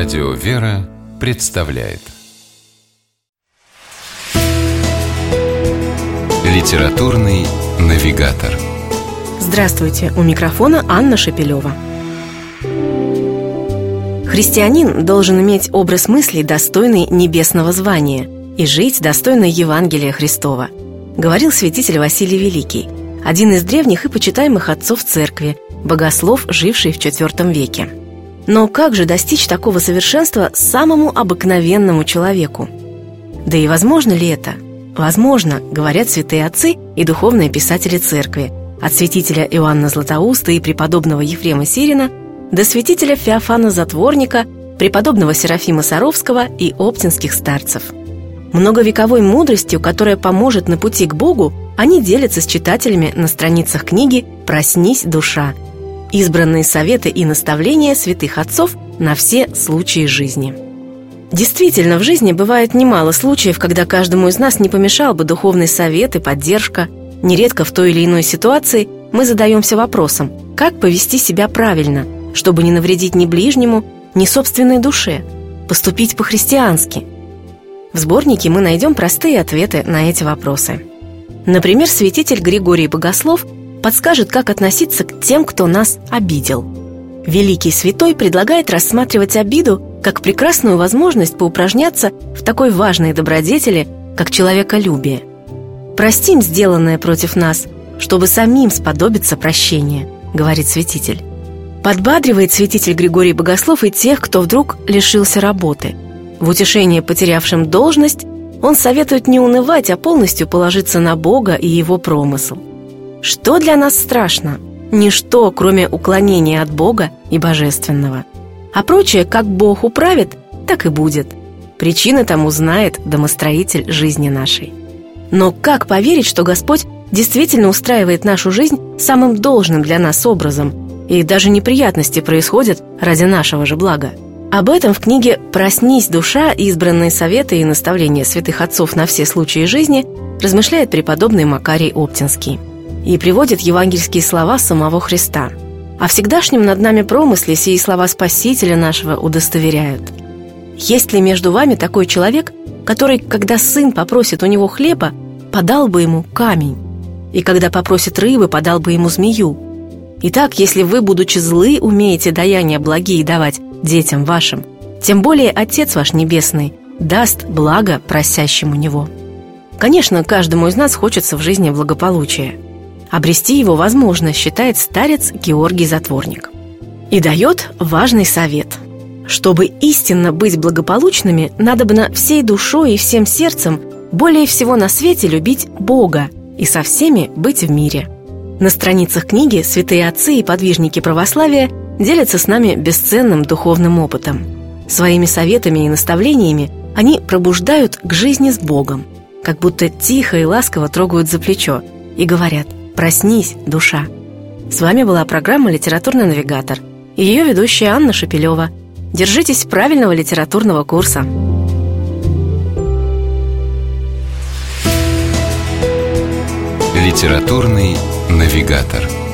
Радио «Вера» представляет Литературный навигатор. Здравствуйте, у микрофона Анна Шепелева. Христианин должен иметь образ мыслей, достойный небесного звания, и жить достойно Евангелия Христова, говорил святитель Василий Великий, один из древних и почитаемых отцов церкви, богослов, живший в IV веке. Но как же достичь такого совершенства самому обыкновенному человеку? Да и возможно ли это? Возможно, говорят святые отцы и духовные писатели церкви, от святителя Иоанна Златоуста и преподобного Ефрема Сирина до святителя Феофана Затворника, преподобного Серафима Саровского и оптинских старцев. Многовековой мудростью, которая поможет на пути к Богу, они делятся с читателями на страницах книги «Проснись, душа». Избранные советы и наставления святых отцов на все случаи жизни. Действительно, в жизни бывает немало случаев, когда каждому из нас не помешал бы духовный совет и поддержка. Нередко в той или иной ситуации мы задаемся вопросом, как повести себя правильно, чтобы не навредить ни ближнему, ни собственной душе, поступить по-христиански. В сборнике мы найдем простые ответы на эти вопросы. Например, святитель Григорий Богослов подскажет, как относиться к тем, кто нас обидел. Великий святой предлагает рассматривать обиду как прекрасную возможность поупражняться в такой важной добродетели, как человеколюбие. «Простим сделанное против нас, чтобы самим сподобиться прощения», — говорит святитель. Подбадривает святитель Григорий Богослов и тех, кто вдруг лишился работы. В утешение потерявшим должность он советует не унывать, а полностью положиться на Бога и Его промысл. Что для нас страшно? Ничто, кроме уклонения от Бога и Божественного. А прочее, как Бог управит, так и будет. Причины тому знает домостроитель жизни нашей. Но как поверить, что Господь действительно устраивает нашу жизнь самым должным для нас образом, и даже неприятности происходят ради нашего же блага? Об этом в книге «Проснись, душа. Избранные советы и наставления святых отцов на все случаи жизни» размышляет преподобный Макарий Оптинский и приводит евангельские слова самого Христа. О всегдашнем над нами промысле сии слова Спасителя нашего удостоверяют. «Есть ли между вами такой человек, который, когда сын попросит у него хлеба, подал бы ему камень, и когда попросит рыбы, подал бы ему змею? Итак, если вы, будучи злы, умеете даяния благие давать детям вашим, тем более Отец ваш Небесный даст благо просящему Него». Конечно, каждому из нас хочется в жизни благополучия. Обрести его возможно, считает старец Георгий Затворник. И дает важный совет. Чтобы истинно быть благополучными, надобно всей душой и всем сердцем более всего на свете любить Бога и со всеми быть в мире. На страницах книги святые отцы и подвижники православия делятся с нами бесценным духовным опытом. Своими советами и наставлениями они пробуждают к жизни с Богом, как будто тихо и ласково трогают за плечо и говорят: «Проснись, душа». С вами была программа «Литературный навигатор» и ее ведущая Анна Шепелева. Держитесь правильного литературного курса. Литературный навигатор.